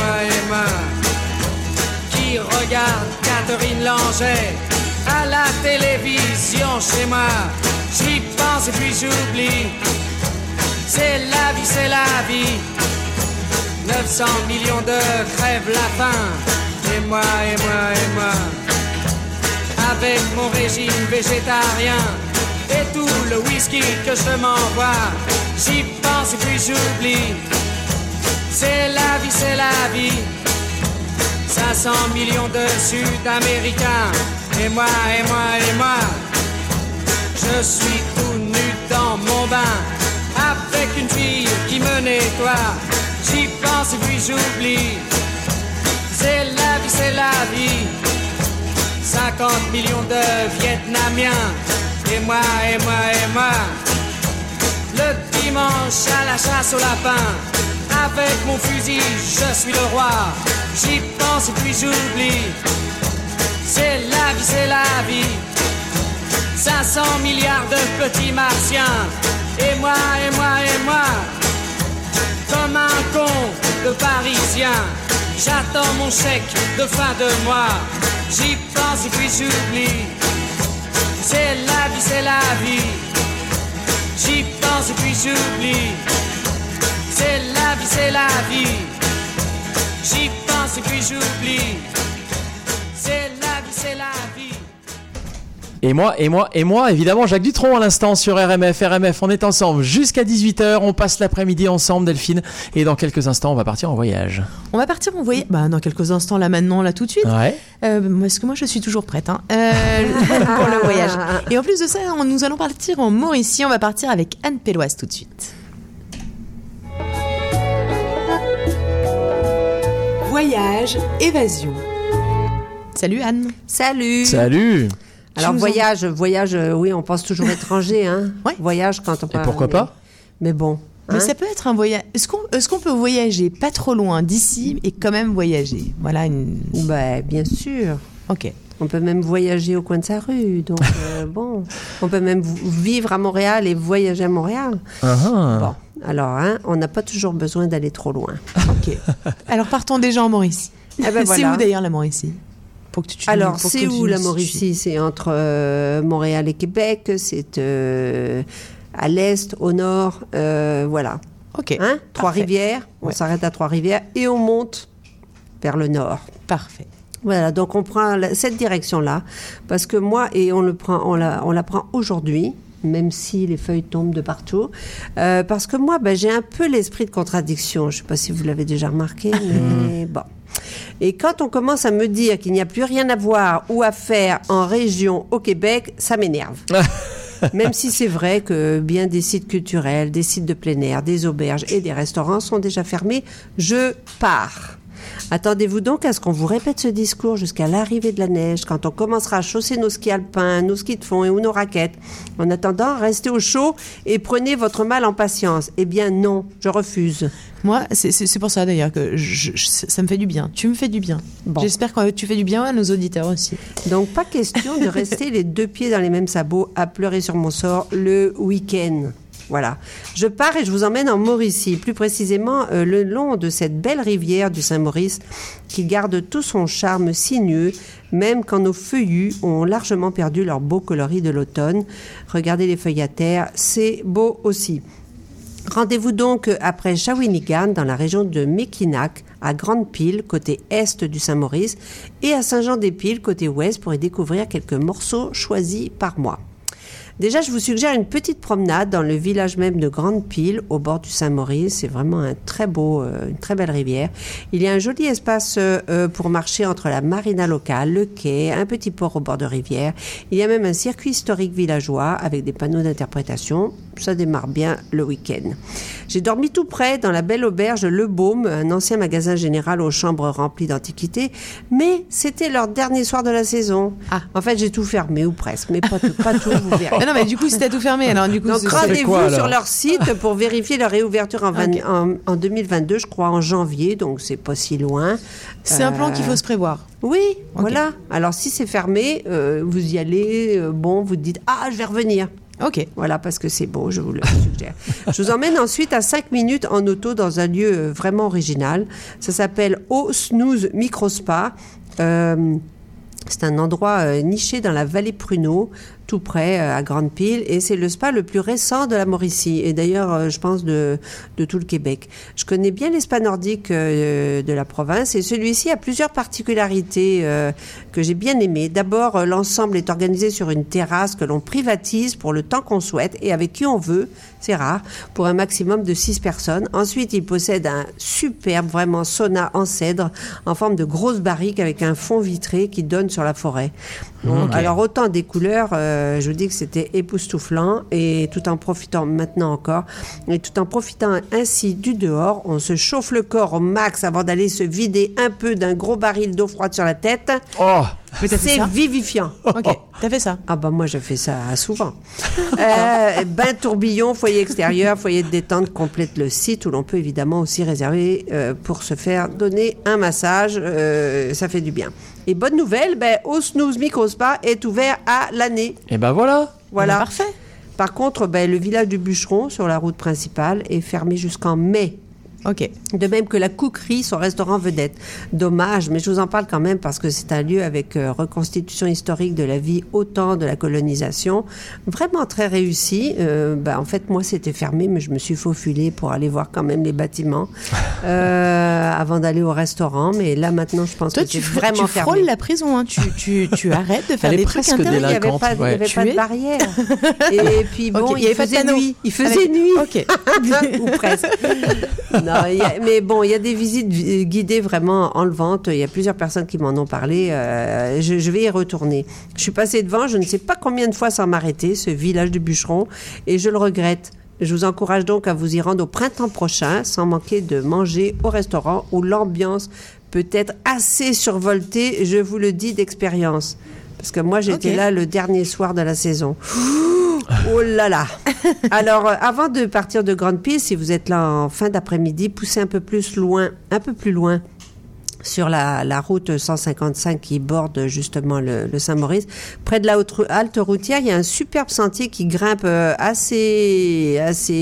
Speaker 16: qui regardent Catherine Langeais à la télévision chez moi. J'y pense et puis j'oublie. C'est la vie. 900 millions de crèvent la faim. Et moi, avec mon régime végétarien et tout le whisky que je m'envoie. J'y pense et puis j'oublie. C'est la vie, c'est la vie. 500 millions de Sud-Américains. Et moi, et moi, et moi. Je suis tout nu dans mon bain, avec une fille qui me nettoie. J'y pense et puis j'oublie. C'est la vie, c'est la vie. 50 millions de Vietnamiens. Et moi, et moi, et moi. Le dimanche à la chasse au lapin, avec mon fusil, je suis le roi. J'y pense et puis j'oublie. C'est la vie, c'est la vie. 500 milliards de petits martiens. Et moi, et moi, et moi. Comme un con de Parisien, j'attends mon chèque de fin de mois. J'y pense et puis j'oublie. C'est la vie, c'est la vie. J'y pense et puis j'oublie. C'est la vie, c'est la vie. J'y pense et puis j'oublie. C'est la vie, c'est la vie.
Speaker 1: Et moi, évidemment, Jacques Dutronc à l'instant sur RMF. RMF, on est ensemble jusqu'à 18h. On passe l'après-midi ensemble, Delphine. Et dans quelques instants, on va partir en voyage.
Speaker 2: On va partir en voyage. Dans quelques instants, là, maintenant, là, tout de suite.
Speaker 1: Ouais.
Speaker 2: Parce que moi, je suis toujours prête pour le voyage. Et en plus de ça, nous allons partir en Mauricie. On va partir avec Anne Pelloise tout de suite. Voyage, évasion. Salut Anne.
Speaker 7: Salut.
Speaker 1: Salut.
Speaker 7: Alors voyage, oui, on pense toujours étranger, hein.
Speaker 2: Ouais.
Speaker 7: Voyage quand on parle.
Speaker 1: Et pourquoi pas ?
Speaker 7: Mais bon.
Speaker 2: Mais ça peut être un voyage. Est-ce qu'on peut voyager pas trop loin d'ici et quand même voyager ? Voilà une.
Speaker 7: Bien sûr.
Speaker 2: Ok.
Speaker 7: On peut même voyager au coin de sa rue. Donc bon, on peut même vivre à Montréal et voyager à Montréal. Bon, alors on n'a pas toujours besoin d'aller trop loin.
Speaker 2: Ok. Alors partons déjà en Mauricie.
Speaker 7: Voilà.
Speaker 2: C'est où d'ailleurs la Mauricie ?
Speaker 7: Alors, c'est où la Mauricie ? C'est entre Montréal et Québec, c'est à l'est, au nord, voilà.
Speaker 2: Ok.
Speaker 7: Trois-Rivières, on s'arrête à Trois-Rivières et on monte vers le nord.
Speaker 2: Parfait.
Speaker 7: Voilà, donc on prend cette direction-là, parce que moi, et on la prend aujourd'hui, même si les feuilles tombent de partout, parce que moi, j'ai un peu l'esprit de contradiction. Je ne sais pas si vous l'avez déjà remarqué, mais bon. Et quand on commence à me dire qu'il n'y a plus rien à voir ou à faire en région au Québec, ça m'énerve. Même si c'est vrai que bien des sites culturels, des sites de plein air, des auberges et des restaurants sont déjà fermés, je pars. Attendez-vous donc à ce qu'on vous répète ce discours jusqu'à l'arrivée de la neige, quand on commencera à chausser nos skis alpins, nos skis de fond ou nos raquettes. En attendant, restez au chaud et prenez votre mal en patience. Eh bien non, je refuse.
Speaker 2: Moi, c'est pour ça d'ailleurs que ça me fait du bien. Tu me fais du bien. Bon. J'espère que tu fais du bien à nos auditeurs aussi.
Speaker 7: Donc pas question de rester les deux pieds dans les mêmes sabots à pleurer sur mon sort le week-end. Voilà. Je pars et je vous emmène en Mauricie, plus précisément le long de cette belle rivière du Saint-Maurice qui garde tout son charme sinueux, même quand nos feuillus ont largement perdu leur beau coloris de l'automne. Regardez les feuilles à terre, c'est beau aussi. Rendez-vous donc après Shawinigan, dans la région de Mackinac, à Grande-Pile, côté est du Saint-Maurice, et à Saint-Jean-des-Piles, côté ouest, pour y découvrir quelques morceaux choisis par moi. Déjà, je vous suggère une petite promenade dans le village même de Grande-Pile, au bord du Saint-Maurice. C'est vraiment une très belle rivière. Il y a un joli espace pour marcher entre la marina locale, le quai, un petit port au bord de rivière. Il y a même un circuit historique villageois avec des panneaux d'interprétation. Ça démarre bien le week-end. J'ai dormi tout près dans la belle auberge Le Baume, un ancien magasin général aux chambres remplies d'antiquités. Mais c'était leur dernier soir de la saison. En fait, j'ai tout fermé, ou presque, mais pas tout, vous verrez.
Speaker 2: Non, mais du coup, c'était tout fermé. Alors, du coup,
Speaker 7: donc, rendez-vous sur leur site pour vérifier leur réouverture en 2022, je crois, en janvier, donc c'est pas si loin.
Speaker 2: C'est un plan qu'il faut se prévoir.
Speaker 7: Oui, voilà. Alors, si c'est fermé, vous y allez, vous dites « Ah, je vais revenir ».
Speaker 2: Ok.
Speaker 7: Voilà, parce que c'est beau, je vous le suggère. Je vous emmène ensuite à 5 minutes en auto dans un lieu vraiment original. Ça s'appelle Au Snooze Microspa. C'est un endroit niché dans la vallée Pruneau, tout près, à Grande-Pile, et c'est le spa le plus récent de la Mauricie, et d'ailleurs, je pense, de tout le Québec. Je connais bien les spas nordiques de la province, et celui-ci a plusieurs particularités que j'ai bien aimées. D'abord, l'ensemble est organisé sur une terrasse que l'on privatise pour le temps qu'on souhaite, et avec qui on veut, c'est rare, pour un maximum de 6 personnes. Ensuite, il possède un superbe, vraiment, sauna en cèdre, en forme de grosse barrique avec un fond vitré qui donne sur la forêt. Bon,
Speaker 1: Ok.
Speaker 7: alors, autant des couleurs, je vous dis que c'était époustouflant, et tout en profitant maintenant encore, et tout en profitant ainsi du dehors, on se chauffe le corps au max avant d'aller se vider un peu d'un gros baril d'eau froide sur la tête.
Speaker 1: Oh,
Speaker 7: c'est vivifiant.
Speaker 2: Ok, t'as fait ça?
Speaker 7: Ah bah moi je fais ça souvent. Bain tourbillon, foyer extérieur, foyer de détente complète le site où l'on peut évidemment aussi réserver pour se faire donner un massage. Ça fait du bien. Et bonne nouvelle, Au Snooze Microspa est ouvert à l'année.
Speaker 1: Et ben voilà.
Speaker 7: Voilà.
Speaker 2: Parfait.
Speaker 7: Par contre, le village du Bûcheron sur la route principale est fermé jusqu'en mai.
Speaker 2: Ok.
Speaker 7: De même que la Couquerie, son restaurant vedette. Dommage, mais je vous en parle quand même parce que c'est un lieu avec reconstitution historique de la vie au temps de la colonisation. Vraiment très réussi. En fait, moi, c'était fermé, mais je me suis faufilée pour aller voir quand même les bâtiments avant d'aller au restaurant. Mais là, maintenant, je pense
Speaker 2: Toi,
Speaker 7: que c'est
Speaker 2: tu
Speaker 7: vraiment fermé.
Speaker 2: frôles la prison, hein. Tu arrêtes de faire
Speaker 1: Elle est
Speaker 2: des trucs
Speaker 1: presque
Speaker 2: interdits.
Speaker 7: Il n'y avait
Speaker 1: délinquante,
Speaker 7: pas,
Speaker 1: ouais.
Speaker 7: il y avait
Speaker 2: Tu
Speaker 7: pas de
Speaker 2: es-
Speaker 7: barrière. Et puis bon,
Speaker 2: Ok, il y
Speaker 7: il
Speaker 2: avait pas de
Speaker 7: faisait
Speaker 2: panneau.
Speaker 7: nuit. Il faisait nuit.
Speaker 2: Ok.
Speaker 7: Ou presque. Non, mais bon, il y a des visites guidées vraiment enlevantes. Il y a plusieurs personnes qui m'en ont parlé. Je vais y retourner. Je suis passée devant, je ne sais pas combien de fois sans m'arrêter, ce village du Bûcheron, et je le regrette. Je vous encourage donc à vous y rendre au printemps prochain, sans manquer de manger au restaurant où l'ambiance peut être assez survoltée, je vous le dis d'expérience. Parce que moi, j'étais là le dernier soir de la saison. Oh là là. Alors, avant de partir de Grande-Pile, si vous êtes là en fin d'après-midi, poussez un peu plus loin sur la route 155 qui borde justement le Saint-Maurice. Près de la halte routière, il y a un superbe sentier qui grimpe assez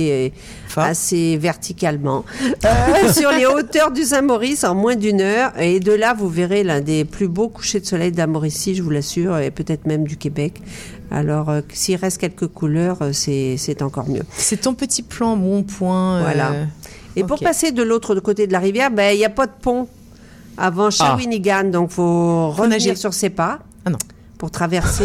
Speaker 7: verticalement sur les hauteurs du Saint-Maurice en moins d'1 heure. Et de là, vous verrez l'un des plus beaux couchers de soleil de la Mauricie, je vous l'assure, et peut-être même du Québec. Alors, s'il reste quelques couleurs, c'est encore mieux.
Speaker 2: C'est ton petit plan bon point.
Speaker 7: Voilà. Et pour passer de l'autre côté de la rivière, il n'y a pas de pont avant Shawinigan, donc faut revenir sur ses pas.
Speaker 2: Ah non.
Speaker 7: Pour traverser,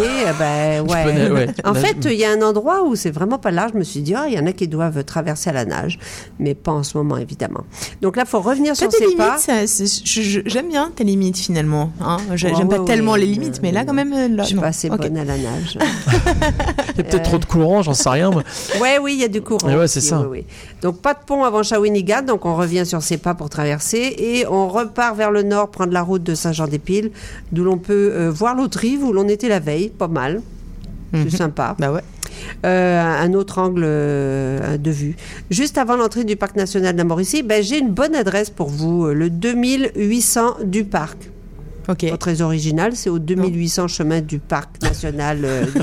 Speaker 7: ouais. En fait, il y a un endroit où c'est vraiment pas large. Je me suis dit, il y en a qui doivent traverser à la nage, mais pas en ce moment, évidemment. Donc là, il faut revenir sur ses pas.
Speaker 2: J'aime bien tes limites, finalement. Hein. J'aime pas tellement les limites, mais là, quand même...
Speaker 7: Je suis pas assez bonne à la nage.
Speaker 1: Il y a peut-être trop de courant, j'en sais rien.
Speaker 7: Oui, il y a du courant.
Speaker 1: Ouais, c'est ça.
Speaker 7: Oui. Donc, pas de pont avant Shawinigan, donc on revient sur ses pas pour traverser, et on repart vers le nord, prendre la route de Saint-Jean-des-Piles, d'où l'on peut voir l'autre rive, où l'on était la veille, pas mal. C'est sympa.
Speaker 2: Bah ouais.
Speaker 7: Un autre angle de vue. Juste avant l'entrée du Parc national de la Mauricie, j'ai une bonne adresse pour vous, le 2800 du Parc.
Speaker 2: Okay.
Speaker 7: Pas très original, c'est au 2800 chemin du Parc national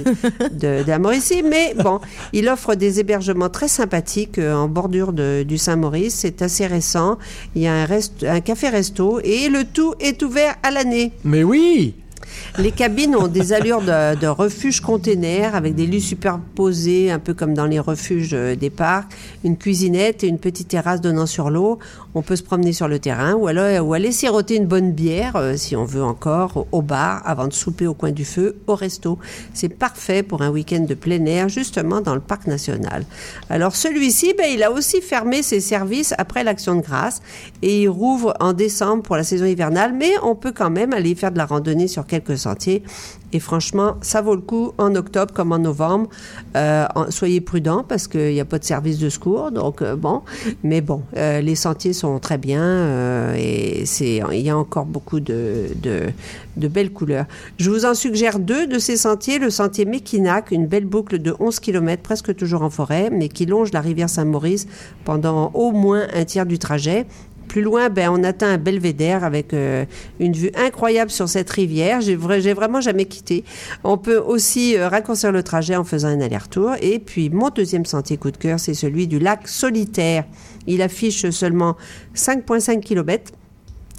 Speaker 7: de la Mauricie, mais bon, il offre des hébergements très sympathiques en bordure du Saint-Maurice. C'est assez récent. Il y a un café-resto et le tout est ouvert à l'année.
Speaker 1: Mais oui!
Speaker 7: Les cabines ont des allures de refuge container avec des lits superposés, un peu comme dans les refuges des parcs, une cuisinette et une petite terrasse donnant sur l'eau. On peut se promener sur le terrain ou aller siroter une bonne bière, si on veut encore, au bar avant de souper au coin du feu, au resto. C'est parfait pour un week-end de plein air, justement dans le parc national. Alors celui-ci, il a aussi fermé ses services après l'Action de grâce et il rouvre en décembre pour la saison hivernale, mais on peut quand même aller faire de la randonnée sur quelques sentiers. Et franchement, ça vaut le coup en octobre comme en novembre. Soyez prudents parce qu'il n'y a pas de service de secours. Donc, Mais les sentiers sont très bien et il y a encore beaucoup de belles couleurs. Je vous en suggère 2 de ces sentiers. Le sentier Mekinac, une belle boucle de 11 km, presque toujours en forêt, mais qui longe la rivière Saint-Maurice pendant au moins un tiers du trajet. Plus loin, on atteint un belvédère avec une vue incroyable sur cette rivière. J'ai vraiment jamais quitté. On peut aussi raccourcir le trajet en faisant un aller-retour. Et puis, mon deuxième sentier coup de cœur, c'est celui du lac Solitaire. Il affiche seulement 5,5 km.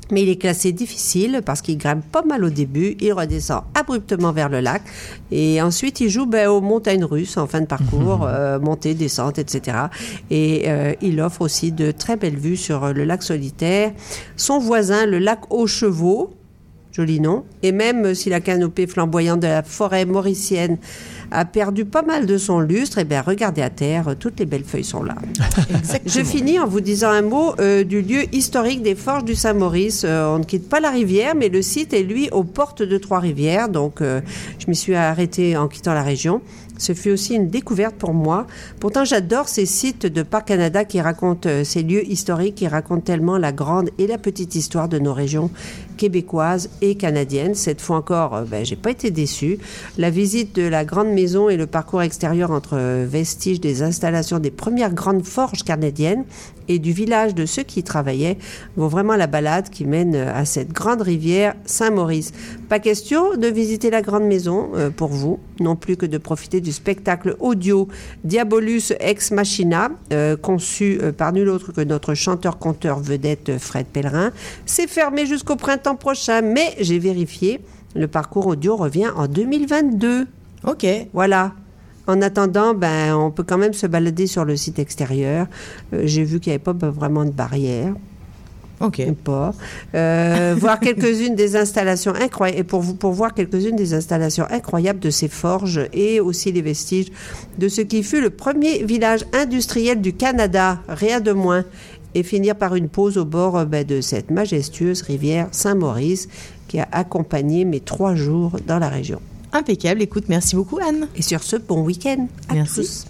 Speaker 7: Mais il est classé difficile parce qu'il grimpe pas mal au début, il redescend abruptement vers le lac et ensuite il joue aux montagnes russes en fin de parcours, montée, descente, etc. Et il offre aussi de très belles vues sur le lac Solitaire. Son voisin, le lac aux Chevaux, joli nom, et même si la canopée flamboyante de la forêt mauricienne a perdu pas mal de son lustre, et bien regardez à terre, toutes les belles feuilles sont là. Je finis en vous disant un mot du lieu historique des Forges du Saint-Maurice. On ne quitte pas la rivière, mais le site est lui aux portes de Trois-Rivières, donc je m'y suis arrêtée en quittant la région. Ce fut aussi une découverte pour moi. Pourtant, j'adore ces sites de Parc Canada qui racontent ces lieux historiques, qui racontent tellement la grande et la petite histoire de nos régions québécoises et canadiennes. Cette fois encore, j'ai pas été déçue. La visite de la grande maison et le parcours extérieur entre vestiges des installations des premières grandes forges canadiennes et du village de ceux qui y travaillaient vaut vraiment la balade qui mène à cette grande rivière Saint-Maurice. Pas question de visiter la grande maison pour vous, non plus que de profiter du spectacle audio Diabolus Ex Machina, conçu par nul autre que notre chanteur-conteur vedette Fred Pellerin. C'est fermé jusqu'au printemps prochain, mais j'ai vérifié, le parcours audio revient en 2022.
Speaker 2: Ok.
Speaker 7: Voilà. En attendant, on peut quand même se balader sur le site extérieur. J'ai vu qu'il n'y avait pas vraiment de barrière.
Speaker 2: Ok.
Speaker 7: Pas. Voir quelques-unes des installations incroyables, et pour voir quelques-unes des installations incroyables de ces forges et aussi les vestiges de ce qui fut le premier village industriel du Canada, rien de moins, et finir par une pause au bord de cette majestueuse rivière Saint-Maurice qui a accompagné mes 3 jours dans la région.
Speaker 2: Impeccable. Écoute, merci beaucoup, Anne.
Speaker 7: Et sur ce, bon week-end à tous.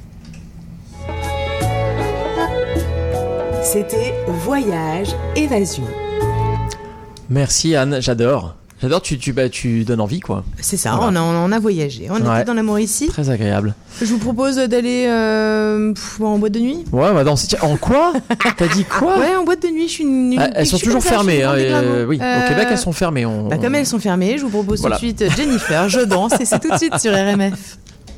Speaker 8: C'était Voyage Évasion.
Speaker 1: Merci Anne, j'adore. J'adore, tu donnes envie, quoi.
Speaker 2: C'est ça, voilà. on a voyagé. On était dans la Mauricie.
Speaker 1: Très agréable.
Speaker 2: Je vous propose d'aller en boîte de nuit.
Speaker 1: Ouais, en quoi? T'as dit quoi?
Speaker 2: Ouais, en boîte de nuit.
Speaker 1: Elles sont toujours fermées. Oui, au Québec, elles sont fermées.
Speaker 2: Comme elles sont fermées, je vous propose tout de suite Jennifer, Je danse, et c'est tout de suite sur RMF.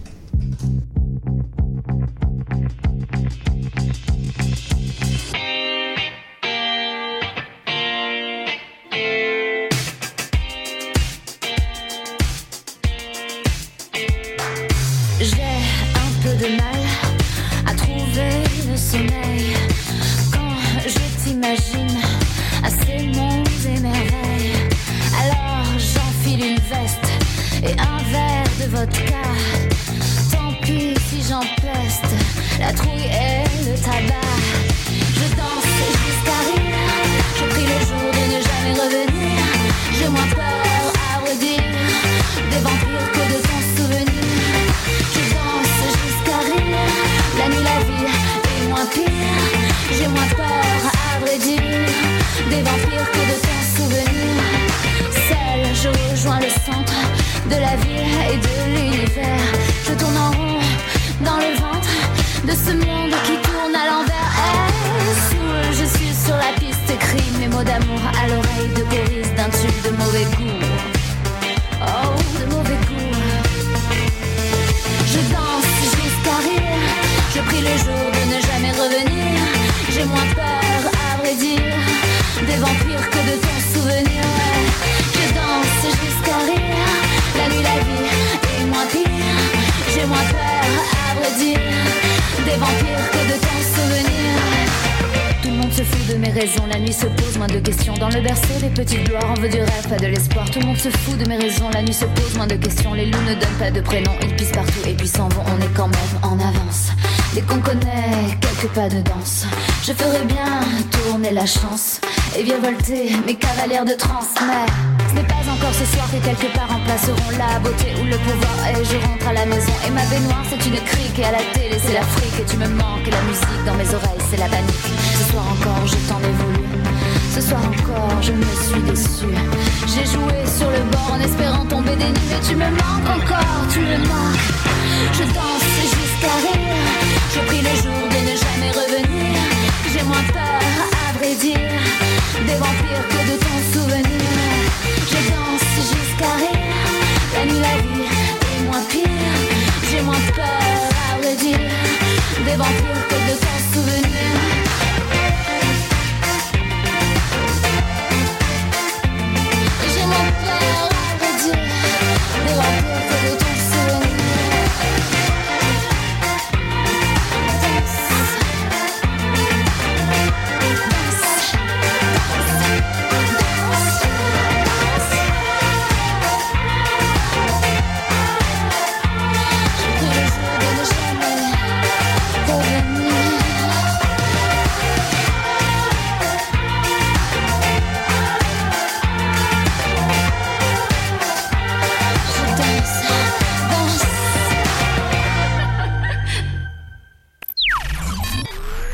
Speaker 17: La nuit se pose, moins de questions dans le berceau des petites gloires, on veut du rêve, pas de l'espoir. Tout le monde se fout de mes raisons, la nuit se pose, moins de questions. Les loups ne donnent pas de prénom, ils pissent partout et puis s'en vont, on est quand même en avance. Dès qu'on connaît quelques pas de danse, je ferais bien tourner la chance et virevolter mes cavalières de trance. Mais ce n'est pas encore ce soir que quelque part remplaceront la beauté ou le pouvoir. Et je rentre à la maison et ma baignoire c'est une crique, et à la télé c'est l'Afrique et tu me manques, et la musique dans mes oreilles c'est la panique. Ce soir encore je t'en ai voulu, ce soir encore je me suis déçue. J'ai joué sur le bord en espérant tomber des nues, mais tu me manques encore, tu me manques. Je danse jusqu'à rire, je prie le jour de ne jamais revenir. J'ai moins peur, à vrai dire, des vampires que de ton souvenir. Je danse jusqu'à rire, la nuit la vie est moins pire. J'ai moins peur, à vrai dire, des vampires que de ton souvenir.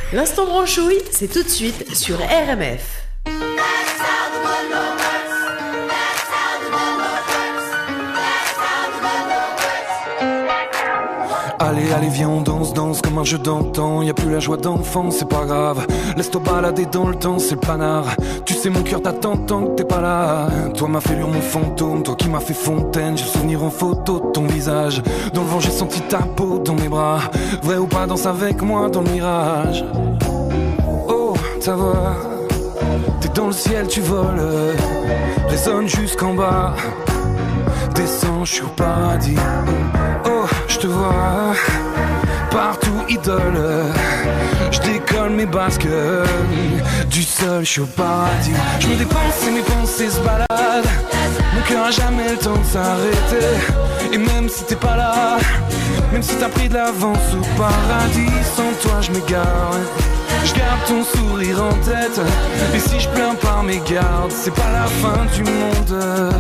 Speaker 8: L'instant branchouille, c'est tout de suite sur RMF.
Speaker 18: Allez, allez, viens, on danse, danse comme un jeu d'antan. Y'a plus la joie d'enfant, c'est pas grave. Laisse-toi balader dans le temps, c'est le panard. Tu sais, mon cœur t'attend tant que t'es pas là. Toi m'a fait lire mon fantôme, toi qui m'as fait fontaine. J'ai le souvenir en photo de ton visage. Dans le vent, j'ai senti ta peau dans mes bras. Vrai ou pas, danse avec moi dans le mirage. Oh, ta voix, t'es dans le ciel, tu voles. Résonne jusqu'en bas. Descends, je suis au paradis. Oh, je te vois partout, idole. Je décolle mes basques. Du sol, je suis au paradis. Je me dépense et mes pensées se baladent. Mon cœur a jamais le temps de s'arrêter. Et même si t'es pas là, même si t'as pris de l'avance au paradis, sans toi je m'égare. Je garde ton sourire en tête. Et si je pleure par mes gardes, c'est pas la fin du monde.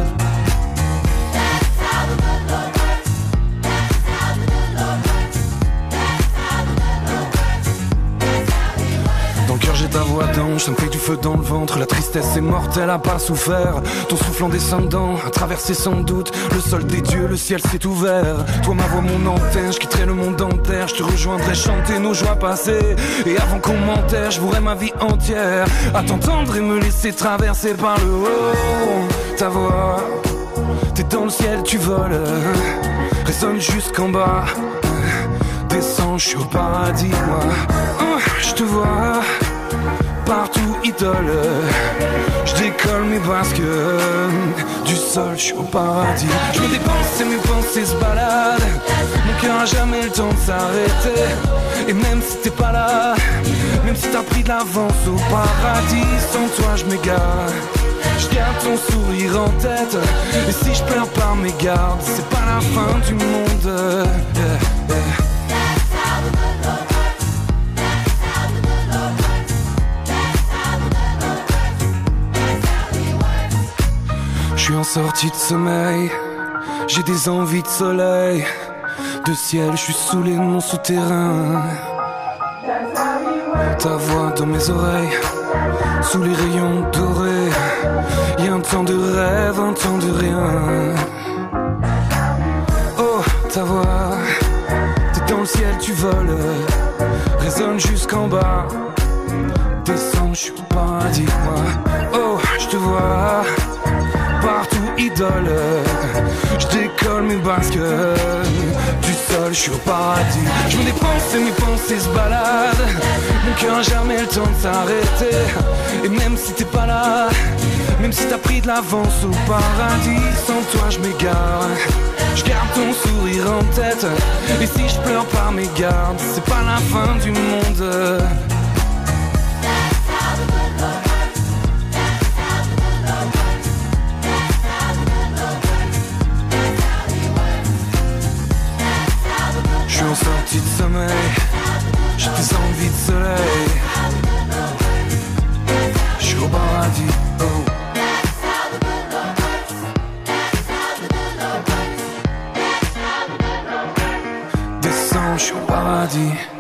Speaker 18: J'ai ta voix d'ange, ça me fait du feu dans le ventre. La tristesse est mortelle, a pas souffert. Ton souffle en descendant, a traversé sans doute le sol des dieux, le ciel s'est ouvert. Toi ma voix, mon antenne, je quitterai le monde en terre. Je te rejoindrai chanter nos joies passées. Et avant qu'on m'enterre, je voudrais ma vie entière à t'entendre et me laisser traverser par le haut. Ta voix, t'es dans le ciel, tu voles. Résonne jusqu'en bas. Descends, je suis au paradis, moi. Je te vois partout, idole. Je décolle mes basques. Du sol, je suis au paradis. Je me dépense et mes pensées se baladent. Mon cœur a jamais le temps de s'arrêter. Et même si t'es pas là, même si t'as pris de l'avance au paradis, sans toi je m'égare. Je garde ton sourire en tête. Et si je pleure par mes gardes, c'est pas la fin du monde. Je suis en sortie de sommeil, j'ai des envies de soleil, de ciel, je suis saoulé de mon souterrain. Ta voix dans mes oreilles, sous les rayons dorés, y'a un temps de rêve, un temps de rien. Oh, ta voix, t'es dans le ciel, tu voles, résonne jusqu'en bas. Descends, je suis au paradis, moi. Oh, je te vois partout, idole. Je décolle mes basques. Du sol, je suis au paradis. Je me dépense et mes pensées se baladent. Mon cœur a jamais le temps de s'arrêter. Et même si t'es pas là, même si t'as pris de l'avance au paradis, sans toi je m'égare. Je garde ton sourire en tête. Et si je pleure par mes gardes, c'est pas la fin du monde. Je suis en sortie de sommeil, j'ai des envies de soleil. Je suis au paradis, oh. Descends, je suis au paradis.